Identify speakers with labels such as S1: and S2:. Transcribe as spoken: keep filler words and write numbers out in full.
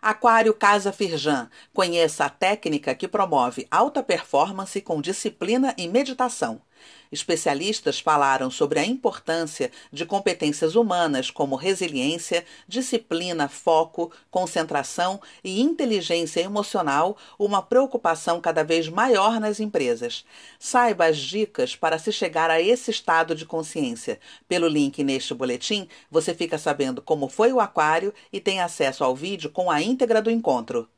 S1: Aquário Casa Firjan. Conheça a técnica que promove alta performance com disciplina e meditação. Especialistas falaram sobre a importância de competências humanas como resiliência, disciplina, foco, concentração e inteligência emocional, uma preocupação cada vez maior nas empresas. Saiba as dicas para se chegar a esse estado de consciência. Pelo link neste boletim, você fica sabendo como foi o aquário e tem acesso ao vídeo com a íntegra do encontro.